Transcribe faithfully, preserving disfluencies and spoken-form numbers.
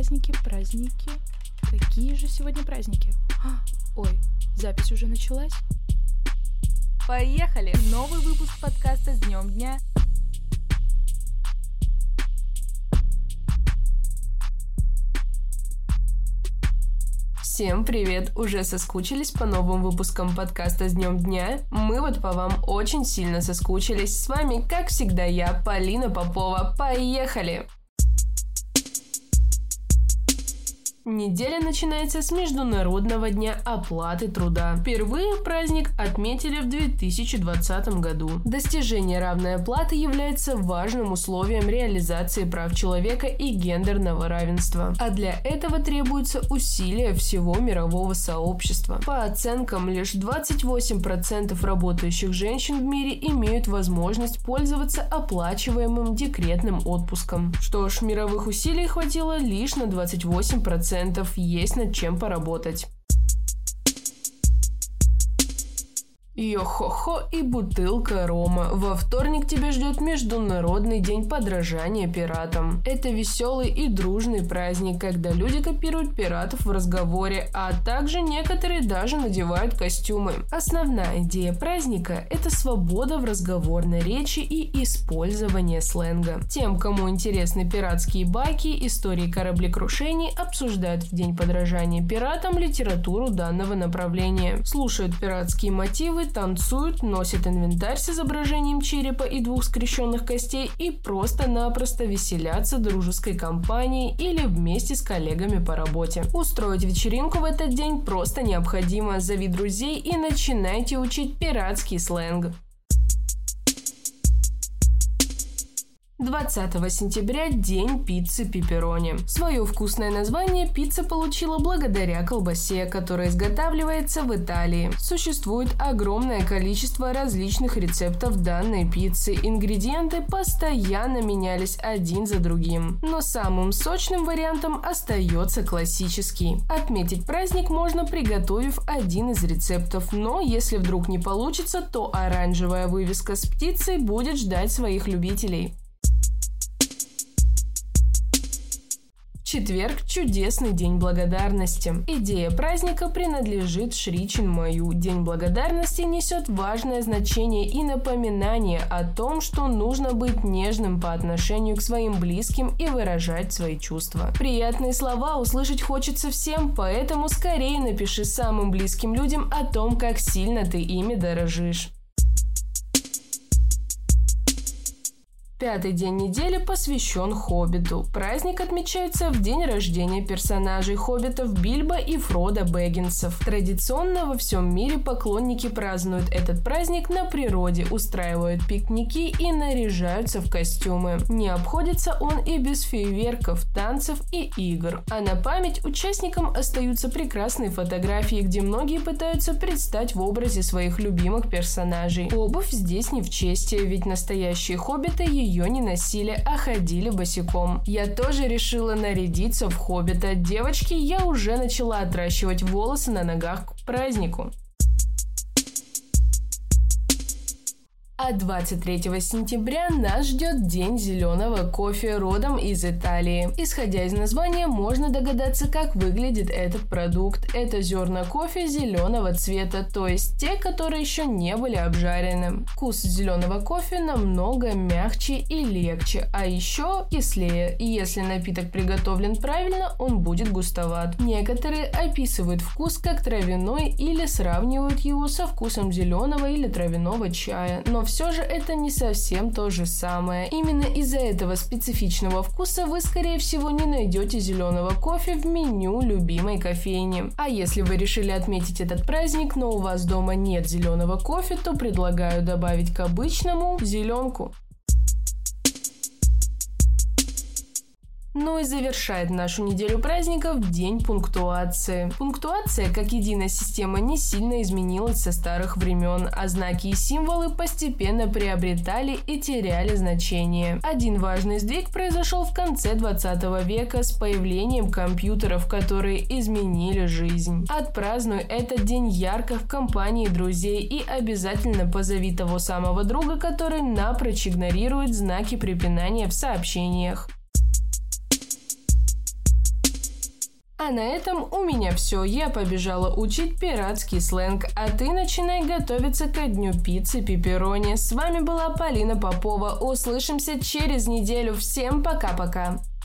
праздники, праздники. Какие же сегодня праздники? А, ой, запись уже началась? Поехали! Новый выпуск подкаста с Днем Дня. Всем привет! Уже соскучились по новым выпускам подкаста с Днем Дня? Мы вот по вам очень сильно соскучились. С вами, как всегда, я, Полина Попова. Поехали! Неделя начинается с Международного дня оплаты труда. Впервые праздник отметили в две тысячи двадцатом году. Достижение равной оплаты является важным условием реализации прав человека и гендерного равенства. А для этого требуются усилия всего мирового сообщества. По оценкам, лишь двадцать восемь процентов работающих женщин в мире имеют возможность пользоваться оплачиваемым декретным отпуском. Что ж, мировых усилий хватило лишь на двадцать восемь процентов. Есть над чем поработать. Йо-хо-хо и бутылка рома. Во вторник тебя ждет Международный день подражания пиратам. Это веселый и дружный праздник, когда люди копируют пиратов в разговоре, а также некоторые даже надевают костюмы. Основная идея праздника – это свобода в разговорной речи и использование сленга. Тем, кому интересны пиратские байки, истории кораблекрушений, обсуждают в день подражания пиратам литературу данного направления, слушают пиратские мотивы, танцуют, носят инвентарь с изображением черепа и двух скрещенных костей и просто-напросто веселятся дружеской компанией или вместе с коллегами по работе. Устроить вечеринку в этот день просто необходимо. Зови друзей и начинайте учить пиратский сленг. двадцатого сентября – День пиццы пепперони. Свое вкусное название пицца получила благодаря колбасе, которая изготавливается в Италии. Существует огромное количество различных рецептов данной пиццы. Ингредиенты постоянно менялись один за другим. Но самым сочным вариантом остается классический. Отметить праздник можно, приготовив один из рецептов, но если вдруг не получится, то оранжевая вывеска с птицей будет ждать своих любителей. Четверг – чудесный день благодарности. Идея праздника принадлежит Шри Чинмаю. День благодарности несет важное значение и напоминание о том, что нужно быть нежным по отношению к своим близким и выражать свои чувства. Приятные слова услышать хочется всем, поэтому скорее напиши самым близким людям о том, как сильно ты ими дорожишь. Пятый день недели посвящен Хоббиту. Праздник отмечается в день рождения персонажей Хоббитов Бильбо и Фродо Бэггинсов. Традиционно во всем мире поклонники празднуют этот праздник на природе, устраивают пикники и наряжаются в костюмы. Не обходится он и без фейерверков, танцев и игр. А на память участникам остаются прекрасные фотографии, где многие пытаются предстать в образе своих любимых персонажей. Обувь здесь не в чести, ведь настоящие хоббиты ее ее не носили, а ходили босиком. Я тоже решила нарядиться в хоббита. Девочки, я уже начала отращивать волосы на ногах к празднику. А двадцать третьего сентября нас ждет День зеленого кофе, родом из Италии. Исходя из названия, можно догадаться, как выглядит этот продукт. Это зерна кофе зеленого цвета, то есть те, которые еще не были обжарены. Вкус зеленого кофе намного мягче и легче, а еще кислее. И если напиток приготовлен правильно, он будет густоват. Некоторые описывают вкус как травяной или сравнивают его со вкусом зеленого или травяного чая, но все же это не совсем то же самое. Именно из-за этого специфичного вкуса вы, скорее всего, не найдете зеленого кофе в меню любимой кофейни. А если вы решили отметить этот праздник, но у вас дома нет зеленого кофе, то предлагаю добавить к обычному зеленку. Ну и завершает нашу неделю праздников День пунктуации. Пунктуация, как единая система, не сильно изменилась со старых времен, а знаки и символы постепенно приобретали и теряли значение. Один важный сдвиг произошел в конце двадцатого века с появлением компьютеров, которые изменили жизнь. Отпразднуй этот день ярко в компании друзей и обязательно позови того самого друга, который напрочь игнорирует знаки препинания в сообщениях. А на этом у меня все. Я побежала учить пиратский сленг, а ты начинай готовиться ко дню пиццы пепперони. С вами была Полина Попова. Услышимся через неделю. Всем пока-пока.